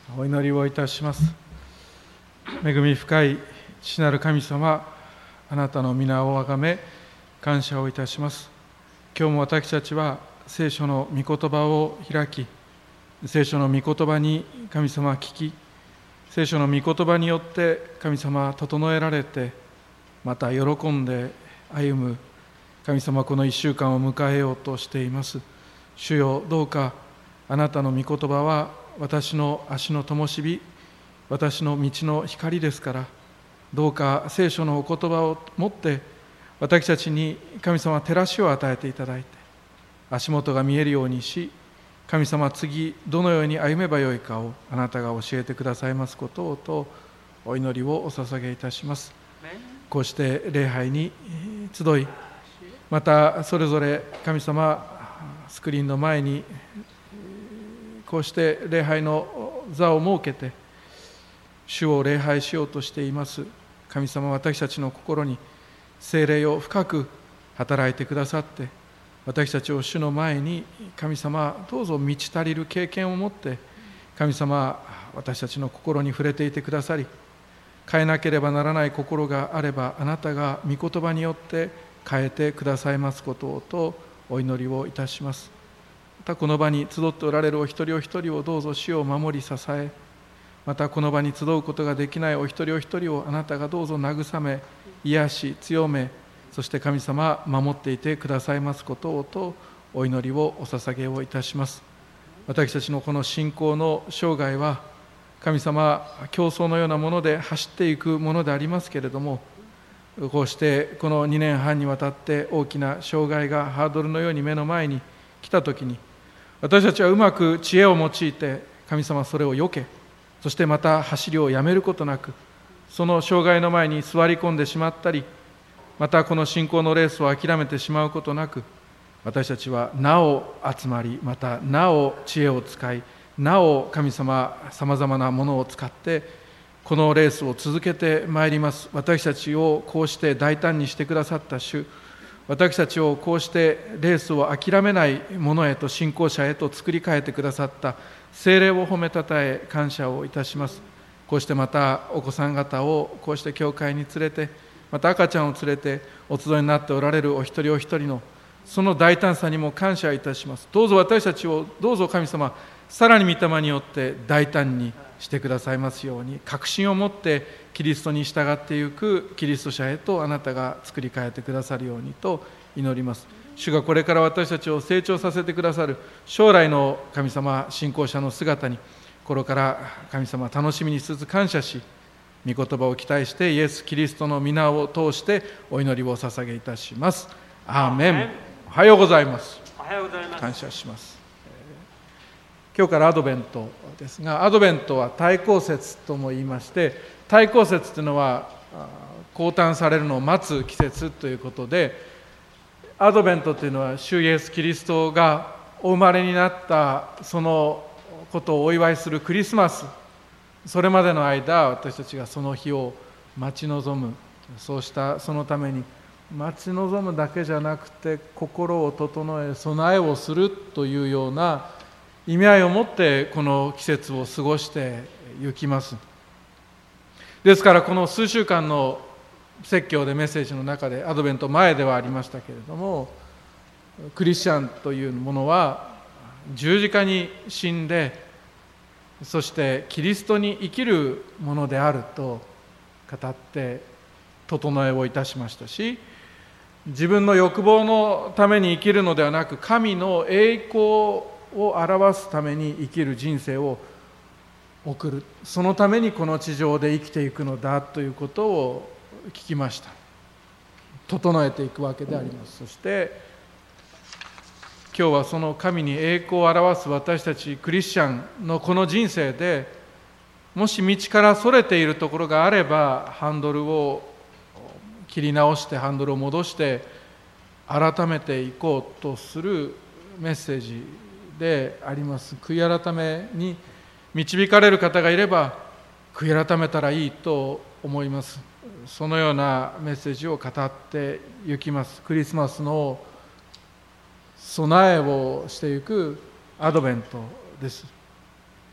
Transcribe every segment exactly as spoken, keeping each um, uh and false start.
お祈りをいたします。恵み深い父なる神様、あなたの皆をあがめ感謝をいたします。今日も私たちは聖書の御言葉を開き、聖書の御言葉に神様は聞き、聖書の御言葉によって神様は整えられて、また喜んで歩む神様、この一週間を迎えようとしています。主よ、どうかあなたの御言葉は私の足の灯火、私の道の光ですから、どうか聖書のお言葉を持って私たちに神様照らしを与えていただいて、足元が見えるようにし、神様次どのように歩めばよいかをあなたが教えてくださいますことをとお祈りをお捧げいたします。こうして礼拝に集い、またそれぞれ神様スクリーンの前にこうして礼拝の座を設けて主を礼拝しようとしています。神様、私たちの心に聖霊を深く働いてくださって、私たちを主の前に神様どうぞ満ち足りる経験を持って神様私たちの心に触れていてくださり、変えなければならない心があればあなたが御言葉によって変えてくださいますことをとお祈りをいたします。またこの場に集っておられるお一人お一人をどうぞ主を守り支え、またこの場に集うことができないお一人お一人をあなたがどうぞ慰め、癒し、強め、そして神様守っていてくださいますことをとお祈りをお捧げをいたします。私たちのこの信仰の生涯は神様競争のようなもので走っていくものでありますけれども、こうしてこのにねんはんにわたって大きな障害がハードルのように目の前に来たときに、私たちはうまく知恵を用いて神様それを避け、そしてまた走りをやめることなく、その障害の前に座り込んでしまったり、またこの信仰のレースを諦めてしまうことなく、私たちはなお集まり、またなお知恵を使い、なお神様さまざまなものを使ってこのレースを続けてまいります。私たちをこうして大胆にしてくださった主、私たちをこうしてレースを諦めないものへと、信仰者へと作り変えてくださった聖霊を褒めたたえ感謝をいたします。こうしてまたお子さん方をこうして教会に連れて、また赤ちゃんを連れてお集いになっておられるお一人お一人のその大胆さにも感謝いたします。どうぞ私たちをどうぞ神様さらに御霊によって大胆にしてくださいますように、確信を持ってキリストに従っていくキリスト者へとあなたが作り変えてくださるようにと祈ります。主がこれから私たちを成長させてくださる将来の神様信仰者の姿に心から神様楽しみにしつつ感謝し、御言葉を期待してイエス・キリストの皆を通してお祈りを捧げいたします。アーメン。おはようございます。 おはようございます。 感謝します。今日からアドベントですが、アドベントは対抗節とも言いまして、対抗節というのは降誕されるのを待つ季節ということで、アドベントというのは主イエスキリストがお生まれになったそのことをお祝いするクリスマス、それまでの間私たちがその日を待ち望む、そうしたそのために待ち望むだけじゃなくて心を整え備えをするというような意味合いを持ってこの季節を過ごしてゆきます。ですからこの数週間の説教でメッセージの中で、アドベント前ではありましたけれども、クリスチャンというものは十字架に死んで、そしてキリストに生きるものであると語って整えをいたしましたし、自分の欲望のために生きるのではなく、神の栄光を表すために生きる人生を送る、そのためにこの地上で生きていくのだということを聞きました。整えていくわけであります。そして今日はその神に栄光を表す私たちクリスチャンのこの人生で、もし道からそれているところがあれば、ハンドルを切り直してハンドルを戻して改めていこうとするメッセージであります。悔い改めに導かれる方がいれば悔い改めたらいいと思います。そのようなメッセージを語っていきます。クリスマスの備えをしていくアドベントです。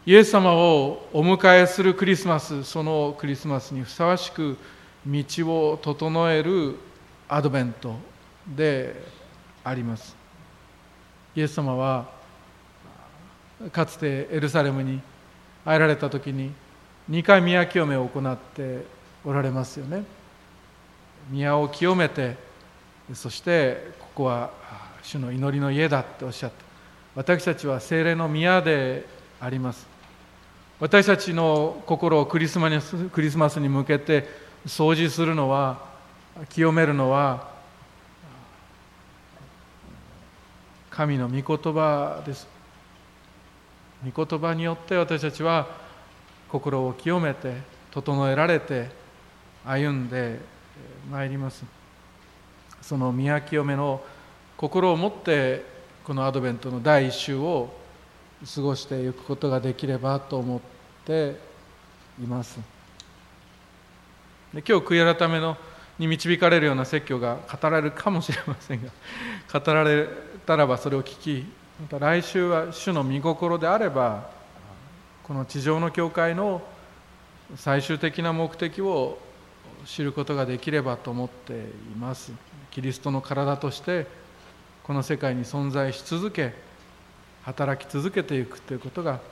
イエス様をお迎えするクリスマス、そのクリスマスにふさわしく道を整えるアドベントであります。イエス様はかつてエルサレムに入られた時ににかい宮清めを行っておられますよね。宮を清めて、そしてここは主の祈りの家だっておっしゃった。私たちは聖霊の宮であります。私たちの心をクリスマス、クリスマスに向けて掃除するのは、清めるのは神の御言葉です。御言葉によって私たちは心を清めて整えられて歩んでまいります。その宮清めの心を持ってこのアドベントの第一週を過ごしていくことができればと思っています。で今日悔い改めのに導かれるような説教が語られるかもしれませんが、語られたらばそれを聞き、また来週は主の御心であればこの地上の教会の最終的な目的を知ることができればと思っています。キリストの体としてこの世界に存在し続け、働き続けていくということが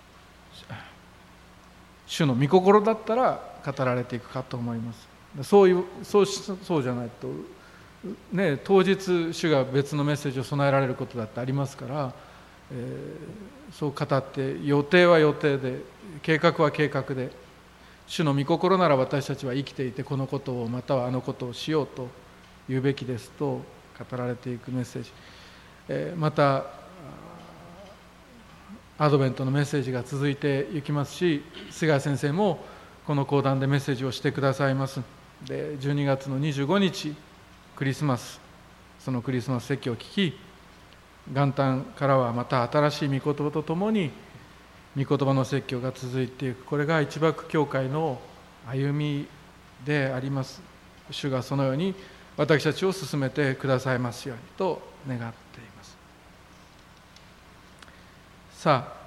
主の御心だったら語られていくかと思います。そういう、そうそうじゃないと、ね、当日主が別のメッセージを備えられることだってありますから、えー、そう語って予定は予定で、計画は計画で、主の御心なら私たちは生きていてこのことをまたはあのことをしようと言うべきですと語られていくメッセージ、えー、またアドベントのメッセージが続いていきますし、菅谷先生もこの講談でメッセージをしてくださいます。でじゅうにがつのにじゅうごにちクリスマス、そのクリスマス説教を聞き、元旦からはまた新しい御言葉とともに御言葉の説教が続いていく。これが一幕教会の歩みであります。主がそのように私たちを進めてくださいますようにと願っています。さあ、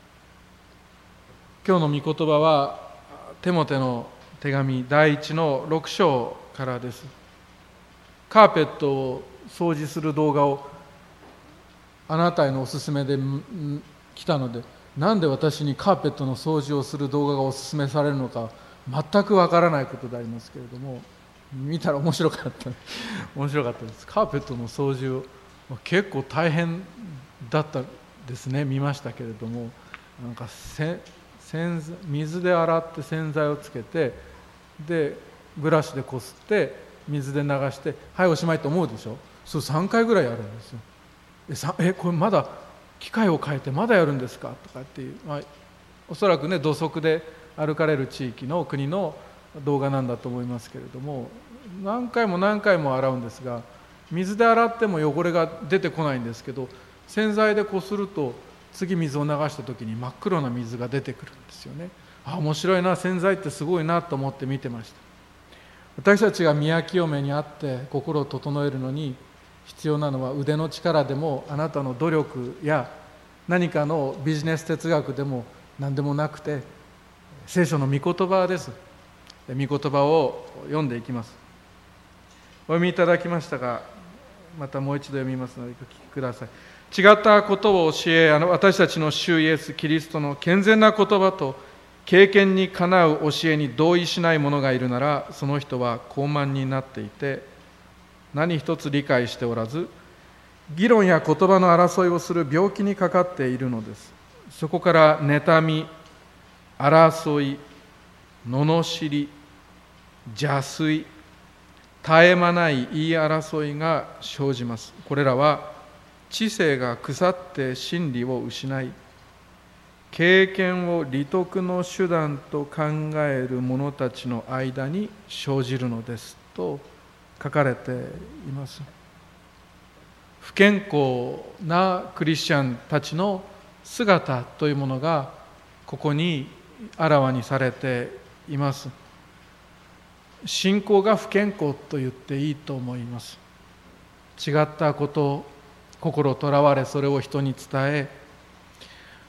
今日の御言葉はテモテの手紙第一のろく章からです。カーペットを掃除する動画をあなたへのおすすめで来たので、なんで私にカーペットの掃除をする動画がおすすめされるのか全くわからないことでありますけれども、見たら面白かった面白かったです。カーペットの掃除を結構大変だったですね。見ましたけれども、なんかせ洗水で洗って洗剤をつけて、でブラシでこすって水で流してはいおしまいと思うでしょ。そうさんかいぐらいやるんですよ。えさえこれまだ機械を変えてまだやるんですかとかっていう、まあ、おそらくね土足で歩かれる地域の国の動画なんだと思いますけれども、何回も何回も洗うんですが、水で洗っても汚れが出てこないんですけど、洗剤でこすると次水を流した時に真っ黒な水が出てくるんですよね。あ、面白いな、洗剤ってすごいなと思って見てました。私たちが宮清めにあって心を整えるのに必要なのは腕の力でもあなたの努力や何かのビジネス哲学でも何でもなくて、聖書の御言葉です。御言葉を読んでいきます。お読みいただきましたが、またもう一度読みますのでお聞きください。違ったことを教え、あの私たちの主イエス・キリストの健全な言葉と経験にかなう教えに同意しない者がいるなら、その人は傲慢になっていて何一つ理解しておらず、議論や言葉の争いをする病気にかかっているのです。そこから妬み、争い、罵り、邪推、絶え間ない言い争いが生じます。これらは知性が腐って真理を失い、経験を利得の手段と考える者たちの間に生じるのですと書かれています。不健康なクリスチャンたちの姿というものがここにあらわにされています。信仰が不健康と言っていいと思います。違ったこと、心とらわれそれを人に伝え、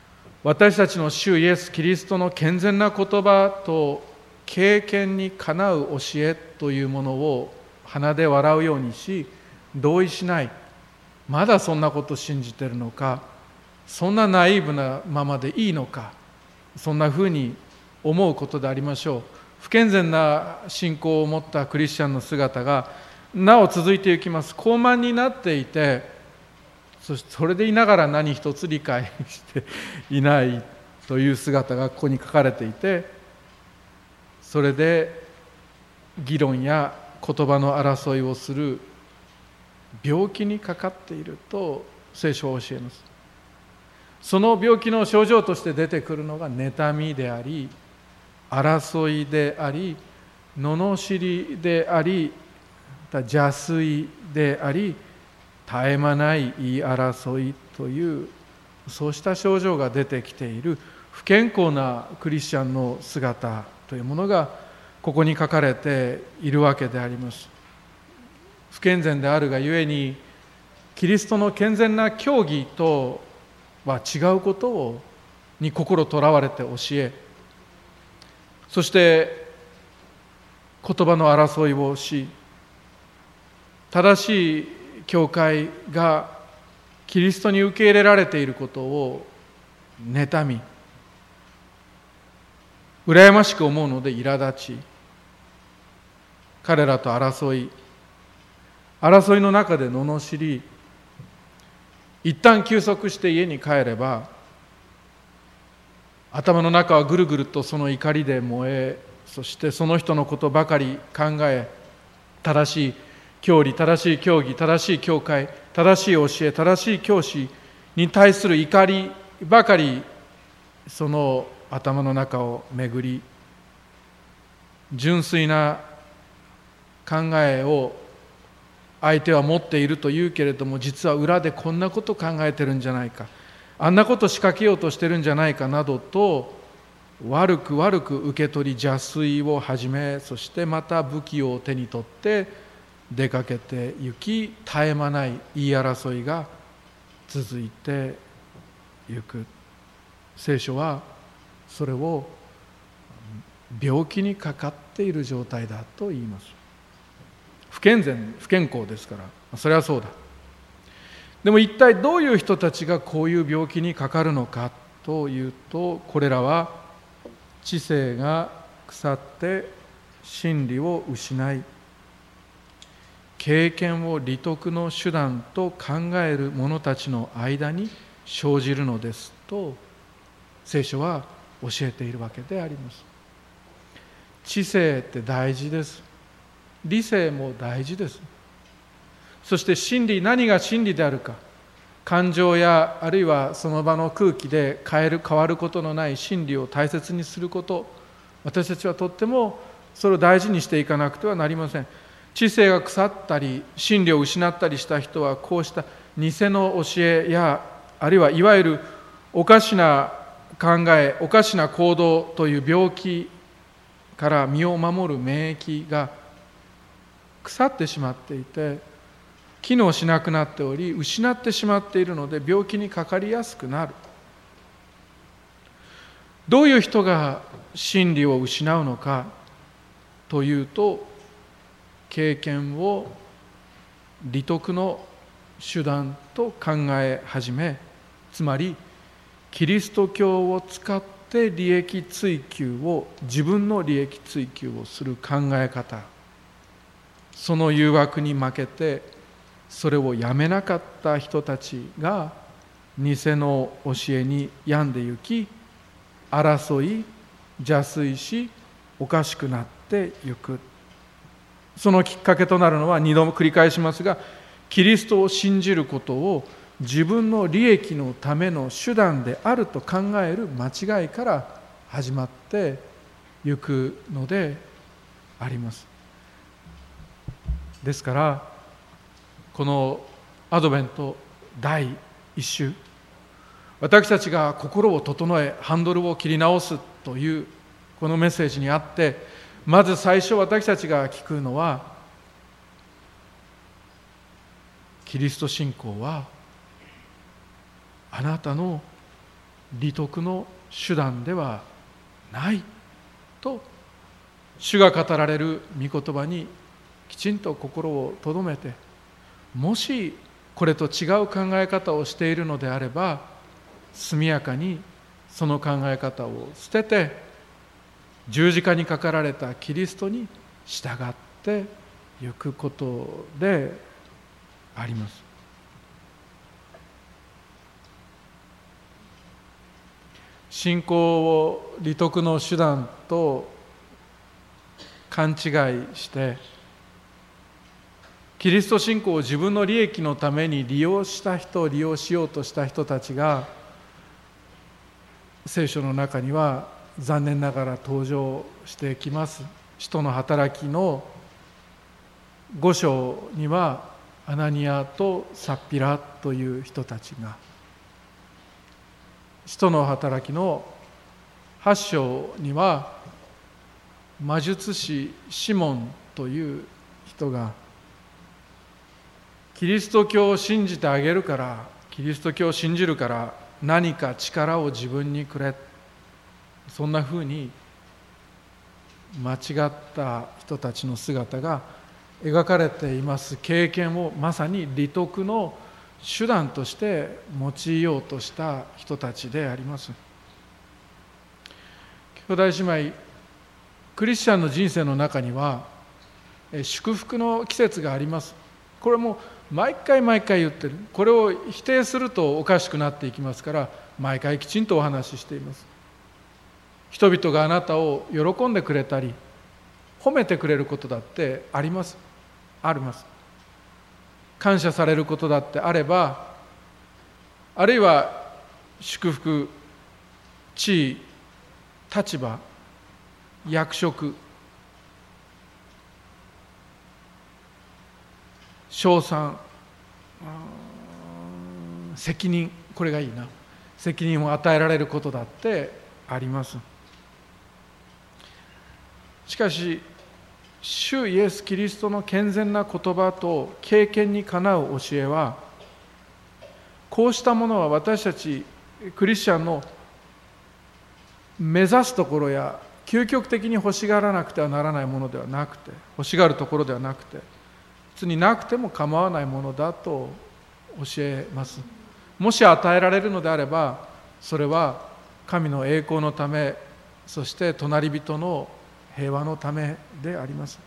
私たちの主イエス・キリストの健全な言葉と経験にかなう教えというものを鼻で笑うようにし、同意しない。まだそんなこと信じてるのか、そんなナイーブなままでいいのか、そんなふうに思うことでありましょう。不健全な信仰を持ったクリスチャンの姿がなお続いていきます。高慢になっていて、そしてそれでいながら何一つ理解していないという姿がここに書かれていて、それで議論や言葉の争いをする病気にかかっていると聖書は教えます。その病気の症状として出てくるのが妬みであり、争いであり、罵りであり、邪推であり、絶え間ない言い争いという、そうした症状が出てきている不健康なクリスチャンの姿というものがここに書かれているわけであります。不健全であるがゆえに、キリストの健全な教義とは違うことをに心とらわれて教え、そして言葉の争いをし、正しい教会がキリストに受け入れられていることを妬み、羨ましく思うので苛立ち、彼らと争い、争いの中で罵り、一旦休息して家に帰れば、頭の中はぐるぐるとその怒りで燃え、そしてその人のことばかり考え、正しい教理、正しい教義、正しい教会、正しい教え、正しい教師に対する怒りばかりその頭の中を巡り、純粋な考えを相手は持っているというけれども、実は裏でこんなこと考えてるんじゃないか、あんなこと仕掛けようとしてるんじゃないかなどと悪く悪く受け取り、邪推を始め、そしてまた武器を手に取って出かけて行き、絶え間ない言い争いが続いてゆく。聖書はそれを病気にかかっている状態だと言います。不健全、不健康ですから、それはそうだ。でも一体どういう人たちがこういう病気にかかるのかというと、これらは知性が腐って真理を失い、経験を利得の手段と考える者たちの間に生じるのですと聖書は教えているわけであります。知性って大事です。理性も大事です。そして真理、何が真理であるか、感情やあるいはその場の空気で変える変わることのない真理を大切にすること、私たちはとってもそれを大事にしていかなくてはなりません。知性が腐ったり真理を失ったりした人は、こうした偽の教えやあるいはいわゆるおかしな考え、おかしな行動という病気から身を守る免疫が腐ってしまっていて、機能しなくなっており、失ってしまっているので病気にかかりやすくなる。どういう人が真理を失うのかというと、経験を利得の手段と考え始め、つまりキリスト教を使って利益追求を、自分の利益追求をする考え方、その誘惑に負けてそれをやめなかった人たちが偽の教えに病んでゆき、争い、邪推し、おかしくなってゆく。そのきっかけとなるのは、二度も繰り返しますが、キリストを信じることを自分の利益のための手段であると考える間違いから始まってゆくのであります。ですからこのアドベントだいいっ週、私たちが心を整えハンドルを切り直すというこのメッセージにあって、まず最初私たちが聞くのは、キリスト信仰はあなたの利得の手段ではないと、主が語られる御言葉にきちんと心を留めて、もしこれと違う考え方をしているのであれば、速やかにその考え方を捨てて、十字架にかかられたキリストに従っていくことであります。信仰を利得の手段と勘違いして、キリスト信仰を自分の利益のために利用した人、利用しようとした人たちが聖書の中には残念ながら登場してきます。使徒の働きのご章にはアナニアとサッピラという人たちが、使徒の働きのはち章には魔術師シモンという人が、キリスト教を信じてあげるから、キリスト教を信じるから何か力を自分にくれ、そんなふうに間違った人たちの姿が描かれています経験を、まさに利得の手段として用いようとした人たちであります。兄弟姉妹、クリスチャンの人生の中には祝福の季節があります。これも毎回毎回言ってる。これを否定するとおかしくなっていきますから、毎回きちんとお話ししています。人々があなたを喜んでくれたり褒めてくれることだってあります。あります。感謝されることだってあれば、あるいは祝福、地位、立場、役職、称賛、責任、これがいいな、責任を与えられることだってあります。しかし主イエス・キリストの健全な言葉と経験にかなう教えは、こうしたものは私たちクリスチャンの目指すところや究極的に欲しがらなくてはならないものではなくて、欲しがるところではなくて、別になくても構わないものだと教えます。もし与えられるのであれば、それは神の栄光のため、そして隣人の平和のためであります。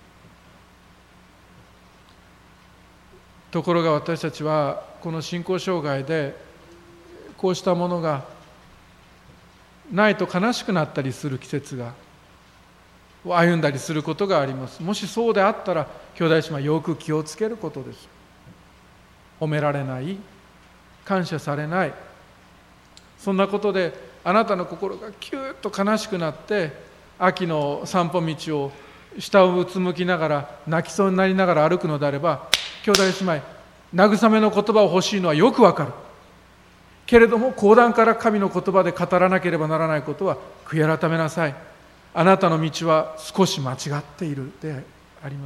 ところが私たちはこの信仰障害でこうしたものがないと悲しくなったりする季節が歩んだりすることがあります。もしそうであったら、兄弟姉妹よく気をつけることです。褒められない、感謝されない、そんなことであなたの心がキューッと悲しくなって、秋の散歩道を下をうつむきながら泣きそうになりながら歩くのであれば、兄弟姉妹、慰めの言葉を欲しいのはよくわかるけれども、講談から神の言葉で語らなければならないことは悔い改めなさい。あなたの道は少し間違っているであります。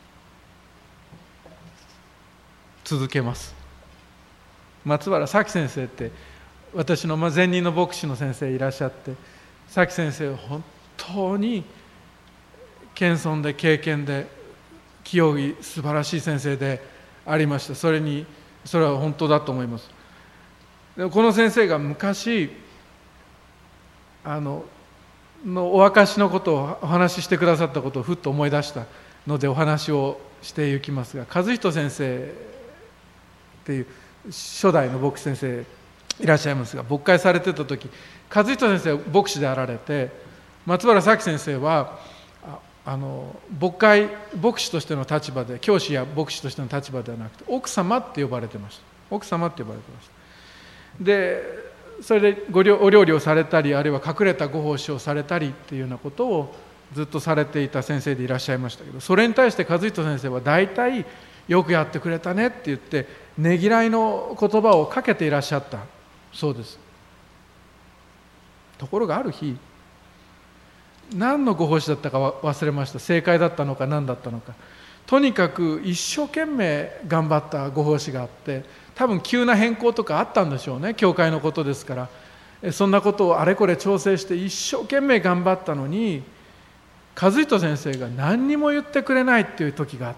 続けます。松原咲先生って私の前任の牧師の先生いらっしゃって、咲先生は本当に謙遜で敬虔で清い素晴らしい先生でありました。それにそれは本当だと思います。でこの先生が昔あののお証しのことをお話ししてくださったことをふっと思い出したのでお話をしていきますが、和人先生っていう初代の牧師先生いらっしゃいますが、牧会されてた時、和人先生は牧師であられて、松原咲先生はああの牧会牧師としての立場で、教師や牧師としての立場ではなくて奥様って呼ばれてました。奥様って呼ばれてました。でそれでごお料理をされたり、あるいは隠れたご奉仕をされたりっていうようなことをずっとされていた先生でいらっしゃいましたけど、それに対して和人先生は大体よくやってくれたねって言ってねぎらいの言葉をかけていらっしゃったそうです。ところがある日、何のご奉仕だったか忘れました。正解だったのか何だったのか、とにかく一生懸命頑張ったご奉仕があって、多分急な変更とかあったんでしょうね。教会のことですから、 そんなことをあれこれ調整して一生懸命頑張ったのに、和人先生が何にも言ってくれないっていう時があった。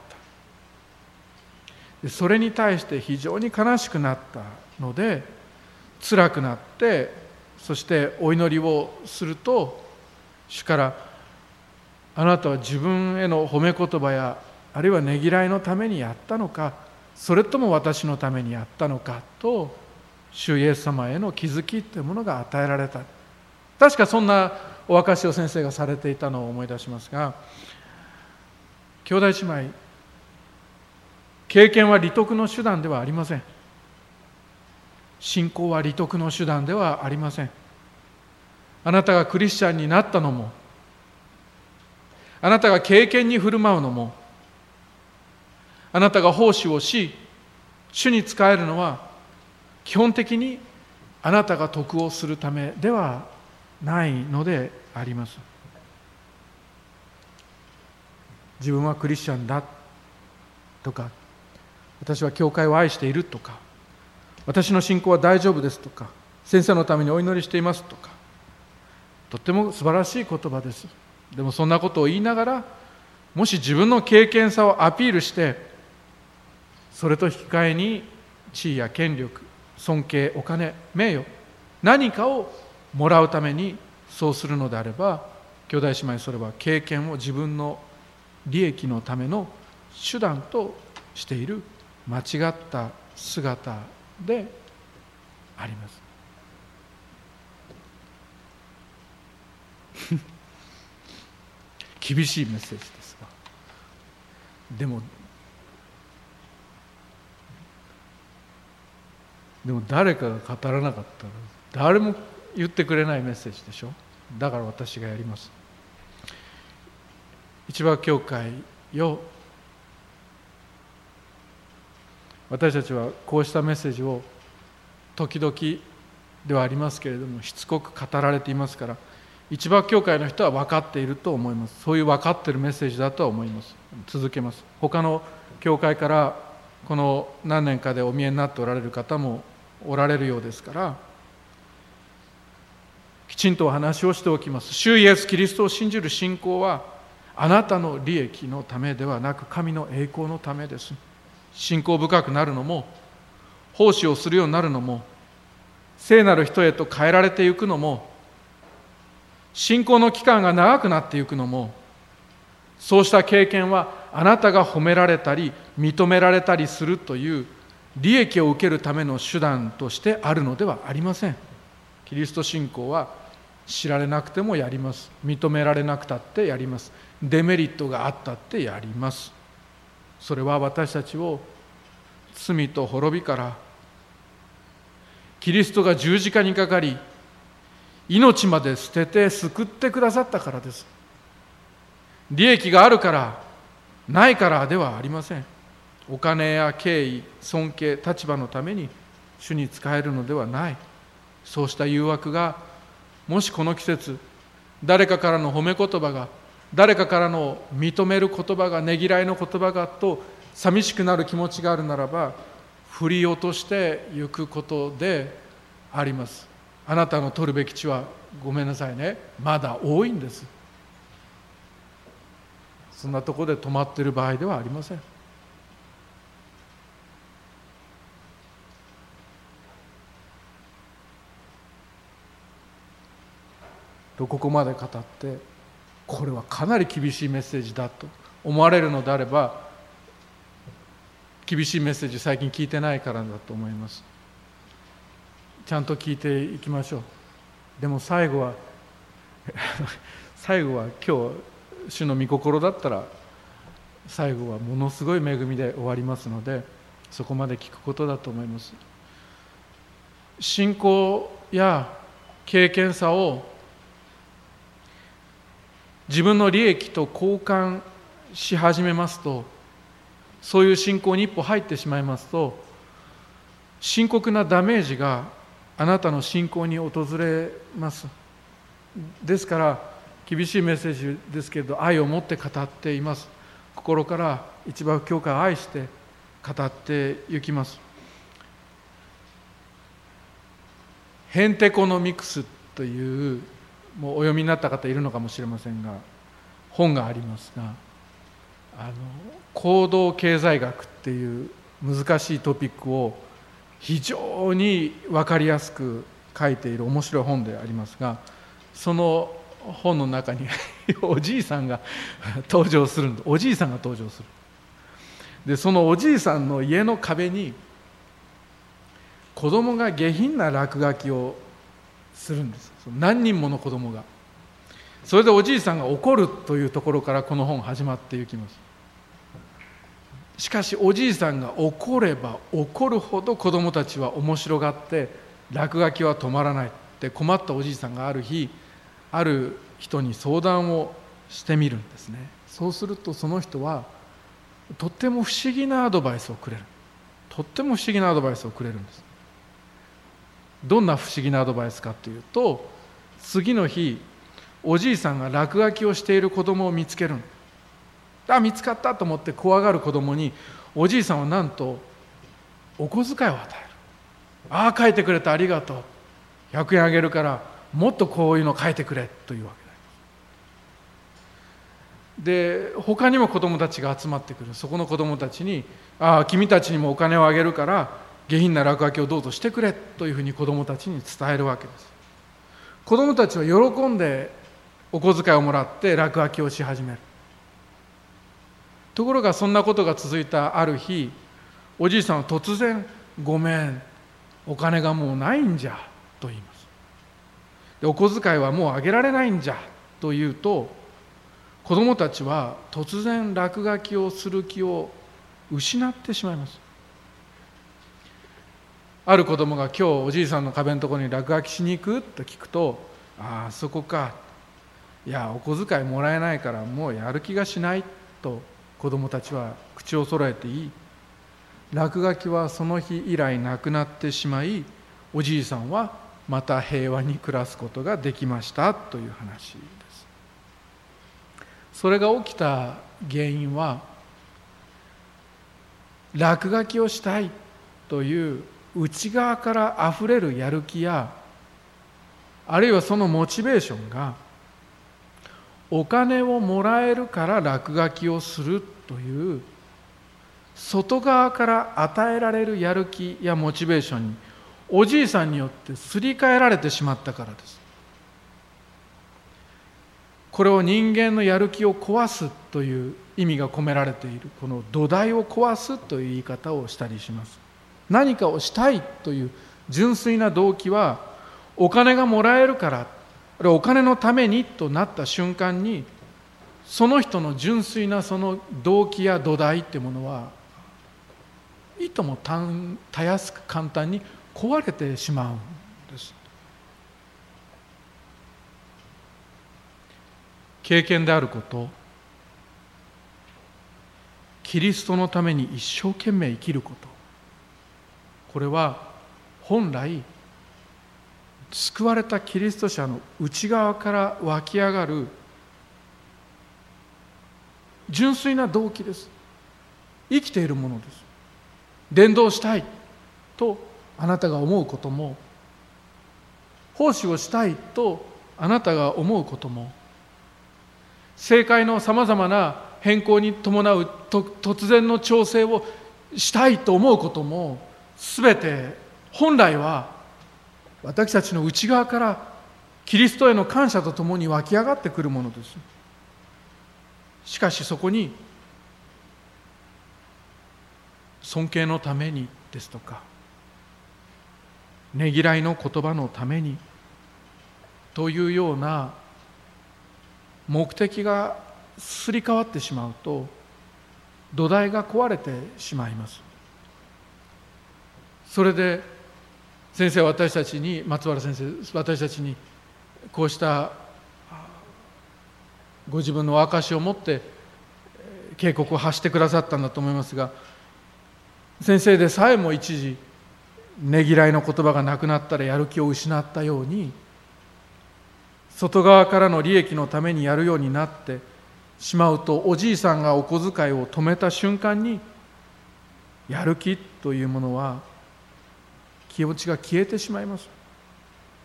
それに対して非常に悲しくなったので、辛くなって、そしてお祈りをすると、主から、あなたは自分への褒め言葉やあるいはねぎらいのためにやったのか、それとも私のためにやったのかと、主イエス様への気づきというものが与えられた。確かそんなお証しを先生がされていたのを思い出しますが、兄弟姉妹、経験は利得の手段ではありません。信仰は利得の手段ではありません。あなたがクリスチャンになったのも、あなたが経験に振る舞うのも、あなたが奉仕をし、主に仕えるのは、基本的にあなたが得をするためではないのであります。自分はクリスチャンだとか、私は教会を愛しているとか、私の信仰は大丈夫ですとか、先生のためにお祈りしていますとか、とっても素晴らしい言葉です。でもそんなことを言いながら、もし自分の経験さをアピールして、それと引き換えに地位や権力、尊敬、お金、名誉、何かをもらうためにそうするのであれば、兄弟姉妹、それは経験を自分の利益のための手段としている間違った姿であります。厳しいメッセージですが、でもでも誰かが語らなかったら誰も言ってくれないメッセージでしょ。だから私がやります。市場教会よ、私たちはこうしたメッセージを時々ではありますけれどもしつこく語られていますから、市場教会の人は分かっていると思います。そういう分かっているメッセージだとは思います。続けます。他の教会からこの何年かでお見えになっておられる方もおられるようですから、きちんとお話をしておきます。主イエス・キリストを信じる信仰はあなたの利益のためではなく神の栄光のためです。信仰深くなるのも、奉仕をするようになるのも、聖なる人へと変えられていくのも、信仰の期間が長くなっていくのも、そうした経験はあなたが褒められたり認められたりするという利益を受けるための手段としてあるのではありません。キリスト信仰は知られなくてもやります。認められなくたってやります。デメリットがあったってやります。それは私たちを罪と滅びからキリストが十字架にかかり命まで捨てて救ってくださったからです。利益があるからないからではありません。お金や敬意、尊敬、立場のために主に仕えるのではない。そうした誘惑がもしこの季節誰かからの褒め言葉が、誰かからの認める言葉が、ねぎらいの言葉がと寂しくなる気持ちがあるならば、振り落としてゆくことであります。あなたの取るべき地は、ごめんなさいね、まだ多いんです。そんなところで止まっている場合ではありません。とここまで語ってこれはかなり厳しいメッセージだと思われるのであれば、厳しいメッセージ最近聞いてないからだと思います。ちゃんと聞いていきましょう。でも最後は最後は今日主の御心だったら最後はものすごい恵みで終わりますので、そこまで聞くことだと思います。信仰や経験さを自分の利益と交換し始めますと、そういう信仰に一歩入ってしまいますと、深刻なダメージがあなたの信仰に訪れます。ですから厳しいメッセージですけれど、愛を持って語っています。心から一番教会を愛して語っていきます。 ヘンテコノミクスという、もうお読みになった方いるのかもしれませんが、本がありますが、あの行動経済学っていう難しいトピックを非常に分かりやすく書いている面白い本でありますが、その本の中におじいさんが登場するんで、おじいさんが登場する。で、そのおじいさんの家の壁に子供が下品な落書きをするんです。何人もの子供が。それでおじいさんが怒るというところからこの本始まっていきます。しかしおじいさんが怒れば怒るほど子供たちは面白がって落書きは止まらないって困ったおじいさんがある日、ある人に相談をしてみるんですね。そうするとその人はとっても不思議なアドバイスをくれる。とっても不思議なアドバイスをくれるんです。どんな不思議なアドバイスかというと、次の日おじいさんが落書きをしている子供を見つけるんです。あ、見つかったと思って怖がる子供におじいさんはなんとお小遣いを与える。ああ、書いてくれてありがとう、ひゃくえんあげるからもっとこういうの書いてくれというわけで、他にも子供たちが集まってくる。そこの子供たちに、ああ、君たちにもお金をあげるから下品な落書きをどうぞしてくれというふうに子供たちに伝えるわけです。子供たちは喜んでお小遣いをもらって落書きをし始める。ところがそんなことが続いたある日、おじいさんは突然、ごめん、お金がもうないんじゃと言います。で、お小遣いはもうあげられないんじゃと言うと、子供たちは突然落書きをする気を失ってしまいます。ある子供が今日おじいさんの壁のところに落書きしに行くと聞くと、ああ、そこか、いや、お小遣いもらえないからもうやる気がしないと子供たちは口を揃えていい。落書きはその日以来なくなってしまい、おじいさんはまた平和に暮らすことができましたという話です。それが起きた原因は、落書きをしたいという内側からあふれるやる気や、あるいはそのモチベーションがお金をもらえるから落書きをするという外側から与えられるやる気やモチベーションにおじいさんによってすり替えられてしまったからです。これを人間のやる気を壊すという意味が込められている、この土台を壊すという言い方をしたりします。何かをしたいという純粋な動機はお金がもらえるから、お金のためにとなった瞬間に、その人の純粋なその動機や土台っていうものはいともたやすく簡単に壊れてしまうんです。経験であること、キリストのために一生懸命生きること、これは本来救われたキリスト者の内側から湧き上がる純粋な動機です。生きているものです。伝道したいとあなたが思うことも、奉仕をしたいとあなたが思うことも、政界のさまざまな変更に伴うと突然の調整をしたいと思うことも、すべて本来は私たちの内側からキリストへの感謝とともに湧き上がってくるものです。しかしそこに尊敬のためにですとか、ねぎらいの言葉のためにというような目的がすり替わってしまうと、土台が壊れてしまいます。それで先生は私たちに、松原先生、私たちにこうしたご自分の証を持って警告を発してくださったんだと思いますが、先生でさえも一時ねぎらいの言葉がなくなったらやる気を失ったように、外側からの利益のためにやるようになってしまうと、おじいさんがお小遣いを止めた瞬間にやる気というものは気持ちが消えてしまいます。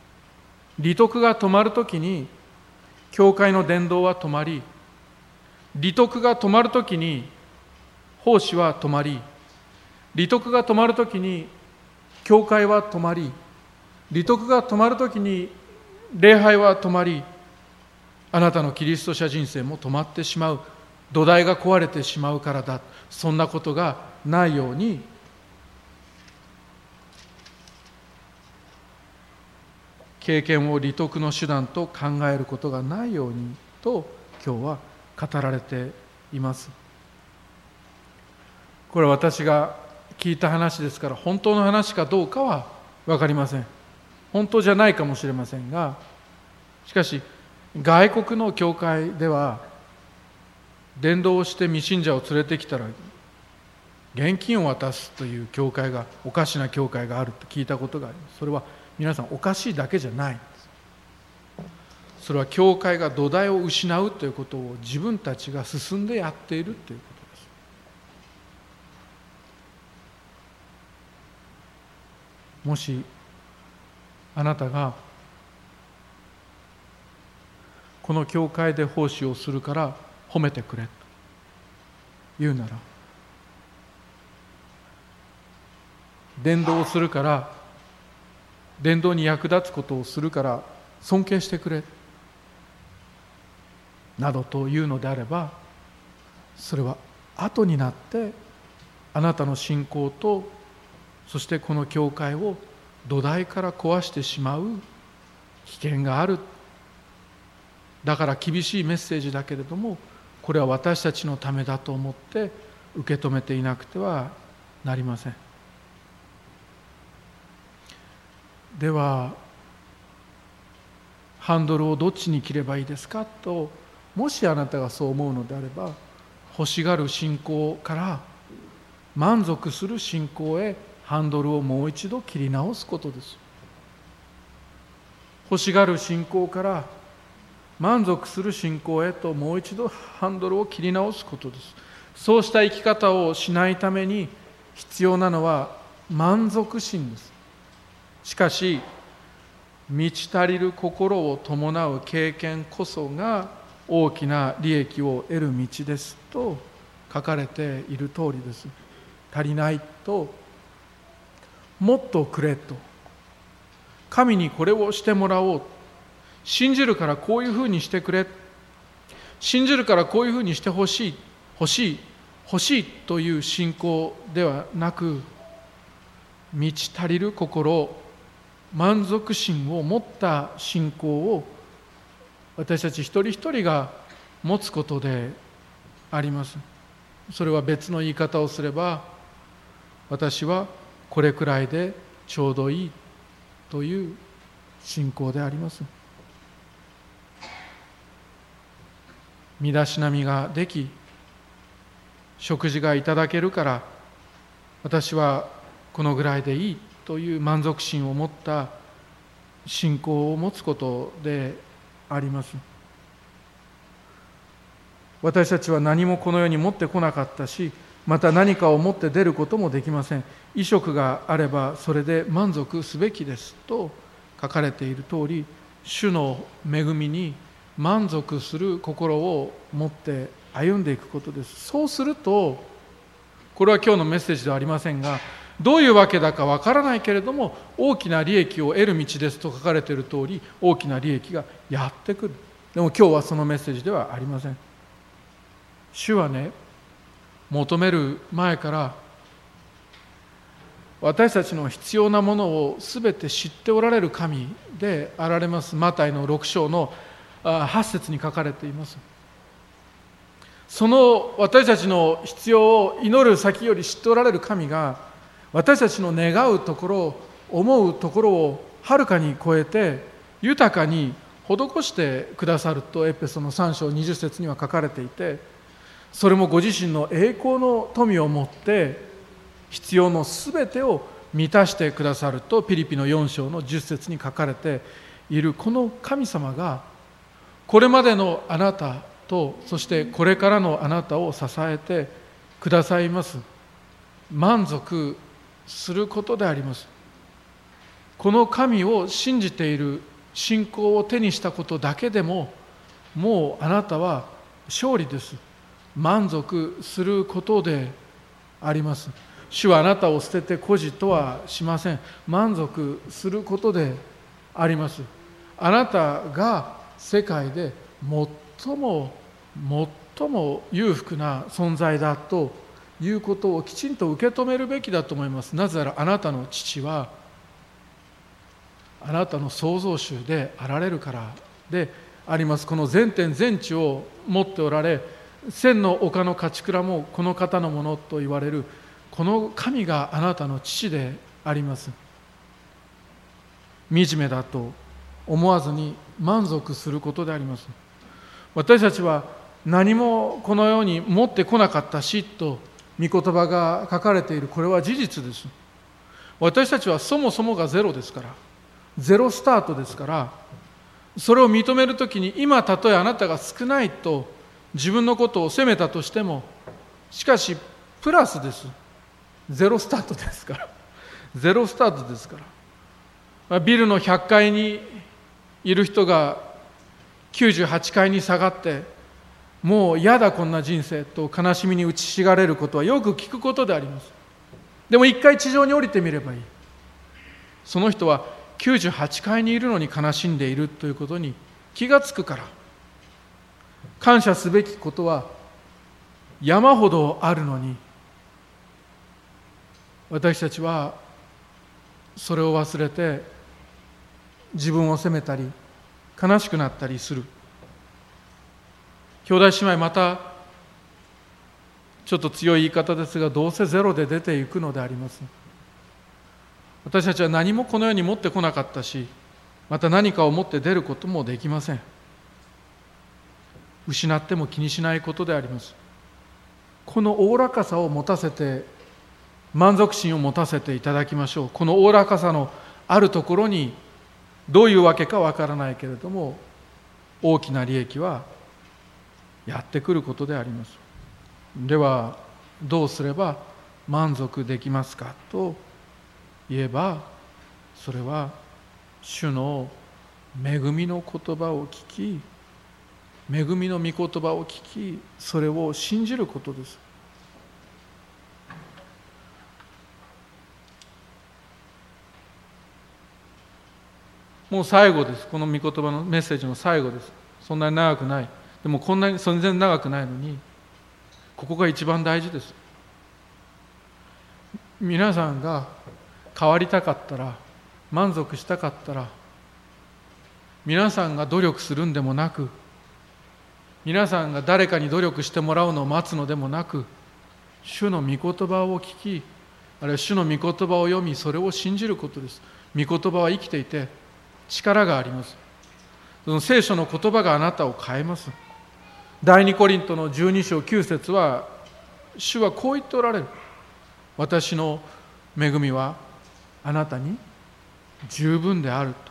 利得が止まるときに教会の伝道は止まり、利得が止まるときに奉仕は止まり、利得が止まるときに教会は止まり、利得が止まるときに礼拝は止まり、あなたのキリスト者人生も止まってしまう、土台が壊れてしまうからだ。そんなことがないように、経験を利得の手段と考えることがないようにと今日は語られています。これは私が聞いた話ですから、本当の話かどうかは分かりません。本当じゃないかもしれませんが、しかし外国の教会では伝道をして未信者を連れてきたら現金を渡すという教会が、おかしな教会があると聞いたことがあります。それは皆さんおかしいだけじゃないんです。それは教会が土台を失うということを自分たちが進んでやっているということです。もしあなたがこの教会で奉仕をするから褒めてくれと言うなら、伝道をするから伝道に役立つことをするから尊敬してくれなどというのであれば、それは後になってあなたの信仰と、そしてこの教会を土台から壊してしまう危険がある。だから厳しいメッセージだけれども、これは私たちのためだと思って受け止めていなくてはなりません。ではハンドルをどっちに切ればいいですかと、もしあなたがそう思うのであれば、欲しがる信仰から満足する信仰へハンドルをもう一度切り直すことです。欲しがる信仰から満足する信仰へともう一度ハンドルを切り直すことです。そうした生き方をしないために必要なのは満足心です。しかし満ち足りる心を伴う経験こそが大きな利益を得る道ですと書かれている通りです。足りないと、もっとくれと、神にこれをしてもらおう、信じるからこういうふうにしてくれ、信じるからこういうふうにしてほしい、欲しい、欲しいという信仰ではなく、満ち足りる心、満足心を持った信仰を私たち一人一人が持つことであります。それは別の言い方をすれば、私はこれくらいでちょうどいいという信仰であります。身だしなみができ、食事がいただけるから私はこのぐらいでいいという満足心を持った信仰を持つことであります。私たちは何もこの世に持ってこなかったし、また何かを持って出ることもできません。衣食があればそれで満足すべきですと書かれている通り、主の恵みに満足する心を持って歩んでいくことです。そうすると、これは今日のメッセージではありませんが、どういうわけだかわからないけれども大きな利益を得る道ですと書かれている通り、大きな利益がやってくる。でも今日はそのメッセージではありません。主はね、求める前から私たちの必要なものをすべて知っておられる神であられます。マタイのろく章のはち節に書かれています。その私たちの必要を祈る先より知っておられる神が、私たちの願うところ、思うところをはるかに超えて豊かに施してくださるとエペソのさん章にじゅう節には書かれていて、それもご自身の栄光の富をもって必要のすべてを満たしてくださるとピリピのよん章のじゅっ節に書かれている。この神様がこれまでのあなたと、そしてこれからのあなたを支えてくださいます。満足することであります。この神を信じている信仰を手にしたことだけでももうあなたは勝利です。満足することであります。主はあなたを捨てて孤児とはしません。満足することであります。あなたが世界で最も最も裕福な存在だということをきちんと受け止めるべきだと思います。なぜならあなたの父はあなたの創造主であられるからであります。この全天全地を持っておられ、千の丘の勝倉もこの方のものと言われるこの神があなたの父であります。惨めだと思わずに満足することであります。私たちは何もこの世に持ってこなかったしと御言葉が書かれている。これは事実です。私たちはそもそもがゼロですから、ゼロスタートですから、それを認めるときに今たとえあなたが少ないと自分のことを責めたとしても、しかしプラスです。ゼロスタートですからゼロスタートですから。ビルのひゃっかいにいる人がきゅうじゅうはちかいに下がってもう嫌だこんな人生と悲しみに打ちひしがれることはよく聞くことであります。でも一回地上に降りてみればいい。その人はきゅうじゅうはちかいにいるのに悲しんでいるということに気がつくから。感謝すべきことは山ほどあるのに、私たちはそれを忘れて自分を責めたり悲しくなったりする。兄弟姉妹、またちょっと強い言い方ですが、どうせゼロで出ていくのであります。私たちは何もこの世に持ってこなかったし、また何かを持って出ることもできません。失っても気にしないことであります。このおおらかさを持たせて、満足心を持たせていただきましょう。このおおらかさのあるところにどういうわけかわからないけれども、大きな利益はやってくることであります。ではどうすれば満足できますかと言えば、それは主の恵みの言葉を聞き、恵みの御言葉を聞き、それを信じることです。もう最後です。この御言葉のメッセージの最後です。そんなに長くない。でもこんなに全然長くないのに、ここが一番大事です。皆さんが変わりたかったら、満足したかったら、皆さんが努力するんでもなく、皆さんが誰かに努力してもらうのを待つのでもなく、主の御言葉を聞き、あるいは主の御言葉を読み、それを信じることです。御言葉は生きていて力があります。その聖書の言葉があなたを変えます。第二コリントのじゅうに章きゅう節は、主はこう言っておられる。私の恵みはあなたに十分であると。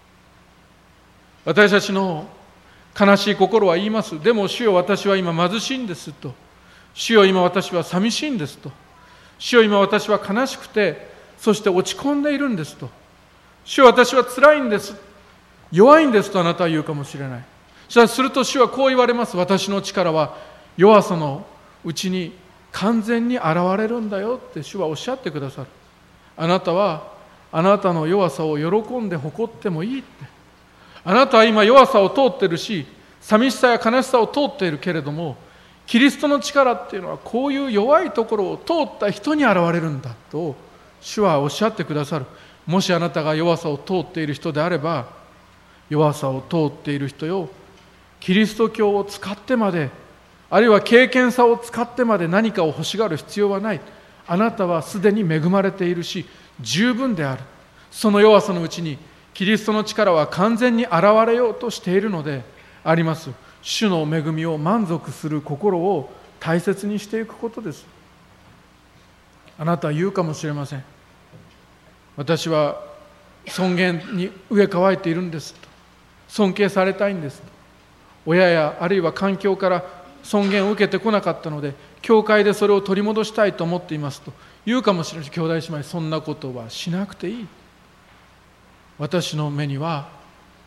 私たちの悲しい心は言います。でも主よ、私は今貧しいんですと。主よ、今私は寂しいんですと。主よ、今私は悲しくて、そして落ち込んでいるんですと。主よ、私は辛いんです、弱いんですとあなたは言うかもしれない。すると主はこう言われます。私の力は弱さのうちに完全に現れるんだよって主はおっしゃってくださる。あなたはあなたの弱さを喜んで誇ってもいいって。あなたは今弱さを通ってるし、寂しさや悲しさを通っているけれども、キリストの力っていうのはこういう弱いところを通った人に現れるんだと主はおっしゃってくださる。もしあなたが弱さを通っている人であれば、弱さを通っている人よ、キリスト教を使ってまで、あるいは経験さを使ってまで何かを欲しがる必要はない。あなたはすでに恵まれているし十分である。その弱さのうちにキリストの力は完全に現れようとしているのであります。主の恵みを満足する心を大切にしていくことです。あなたは言うかもしれません。私は尊厳に飢え渇いているんですと。尊敬されたいんですと。親やあるいは環境から尊厳を受けてこなかったので、教会でそれを取り戻したいと思っていますと言うかもしれない。兄弟姉妹、そんなことはしなくていい。私の目には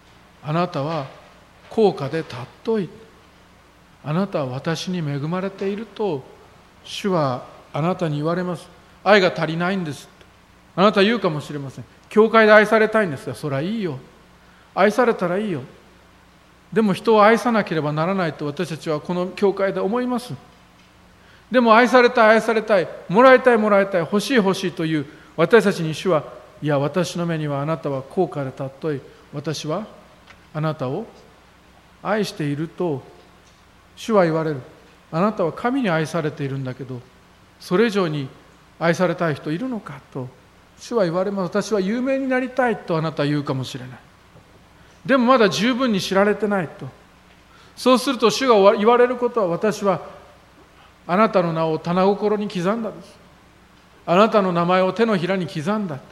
あなたは高価で尊い。あなたは私に恵まれていると主はあなたに言われます。愛が足りないんです。あなたは言うかもしれません。教会で愛されたいんですが、それはいいよ。愛されたらいいよ。でも人を愛さなければならないと私たちはこの教会で思います。でも愛されたい愛されたい、もらいたいもらいたい、欲しい欲しいという私たちに主は、いや私の目にはあなたは高価で尊い。私はあなたを愛していると主は言われる。あなたは神に愛されているんだけど、それ以上に愛されたい人いるのかと主は言われます。私は有名になりたいとあなたは言うかもしれない。でもまだ十分に知られてないと。そうすると主が言われることは、私はあなたの名を棚心に刻んだです。あなたの名前を手のひらに刻んだ。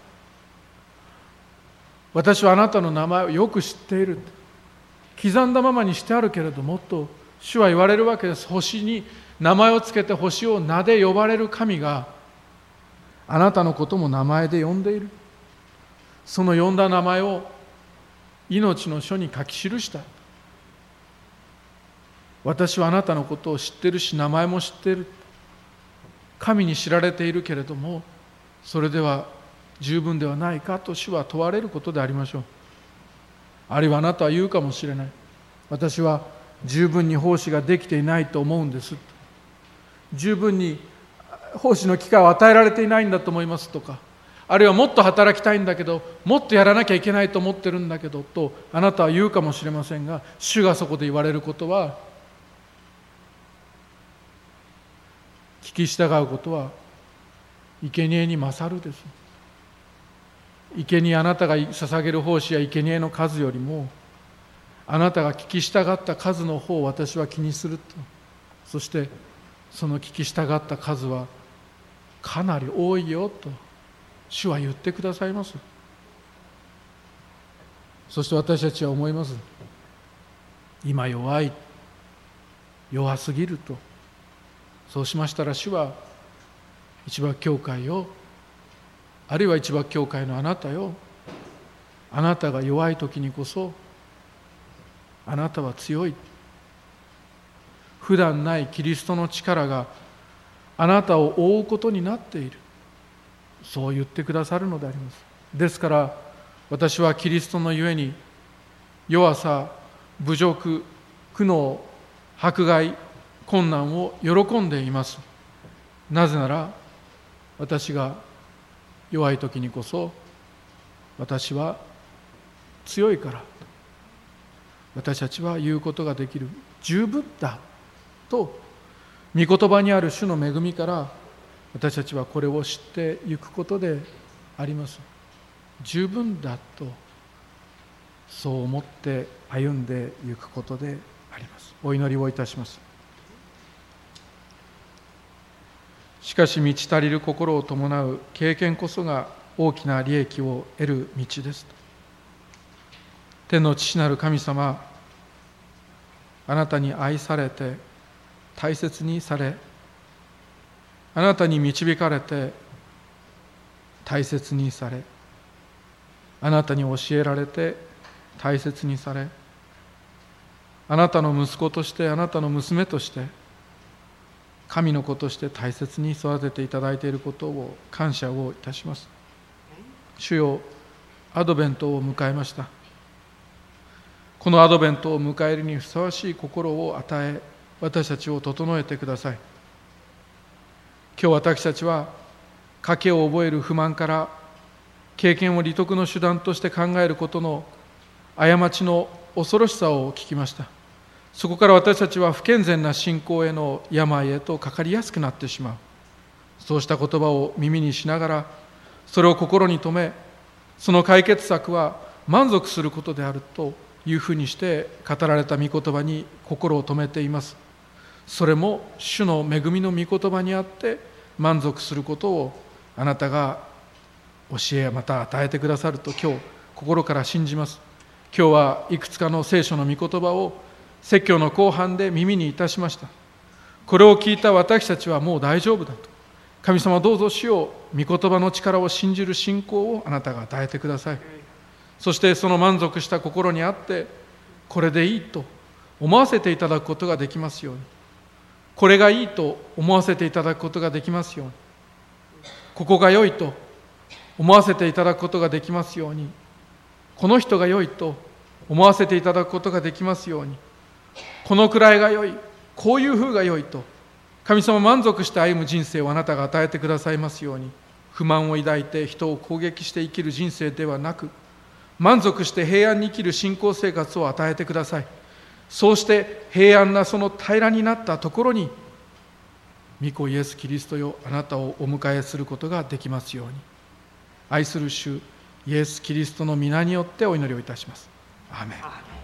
私はあなたの名前をよく知っている。刻んだままにしてあるけれどもっと主は言われるわけです。星に名前をつけて星を名で呼ばれる神があなたのことも名前で呼んでいる。その呼んだ名前を命の書に書き記した。私はあなたのことを知っているし名前も知っている。神に知られているけれどもそれでは十分ではないかと主は問われることでありましょう。あるいはあなたは言うかもしれない。私は十分に奉仕ができていないと思うんです。十分に奉仕の機会を与えられていないんだと思いますとか、あるいはもっと働きたいんだけどもっとやらなきゃいけないと思ってるんだけどとあなたは言うかもしれませんが、主がそこで言われることは、聞き従うことは生贄に勝るです。生贄、あなたが捧げる奉仕や生贄の数よりもあなたが聞き従った数の方を私は気にすると。そしてその聞き従った数はかなり多いよと主は言ってくださいます。そして私たちは思います。今弱い、弱すぎると。そうしましたら主は一幕教会を、あるいは一幕教会のあなたよ、あなたが弱い時にこそあなたは強い。普段ないキリストの力があなたを覆うことになっている。そう言ってくださるのであります。ですから私はキリストのゆえに弱さ、侮辱、苦悩、迫害、困難を喜んでいます。なぜなら私が弱い時にこそ私は強いから。私たちは言うことができる。十分だと御言葉にある主の恵みから私たちはこれを知っていくことであります。十分だとそう思って歩んでいくことであります。お祈りをいたします。しかし満ち足りる心を伴う経験こそが大きな利益を得る道です。天の父なる神様、あなたに愛されて大切にされ、あなたに導かれて大切にされ、あなたに教えられて大切にされ、あなたの息子としてあなたの娘として神の子として大切に育てていただいていることを感謝をいたします。主よ、アドベントを迎えました。このアドベントを迎えるにふさわしい心を与え、私たちを整えてください。今日私たちは賭けを覚える不満から経験を利得の手段として考えることの過ちの恐ろしさを聞きました。そこから私たちは不健全な信仰への病へとかかりやすくなってしまう。そうした言葉を耳にしながら、それを心に留め、その解決策は満足することであるというふうにして語られた御言葉に心を留めています。それも主の恵みの御言葉にあって満足することをあなたが教えまた与えてくださると今日心から信じます。今日はいくつかの聖書の御言葉を説教の後半で耳にいたしました。これを聞いた私たちはもう大丈夫だと。神様、どうぞ主よ、御言葉の力を信じる信仰をあなたが与えてください。そしてその満足した心にあってこれでいいと思わせていただくことができますように、これがいいと思わせていただくことができますように、ここが良いと思わせていただくことができますように、この人が良いと思わせていただくことができますように、このくらいが良い、こういう風が良いと神様満足して歩む人生をあなたが与えてくださいますように。不満を抱いて人を攻撃して生きる人生ではなく、満足して平安に生きる信仰生活を与えてください。そうして平安なその平らになったところに、御子イエス・キリストよ、あなたをお迎えすることができますように。愛する主イエス・キリストの皆によってお祈りをいたします。アーメン。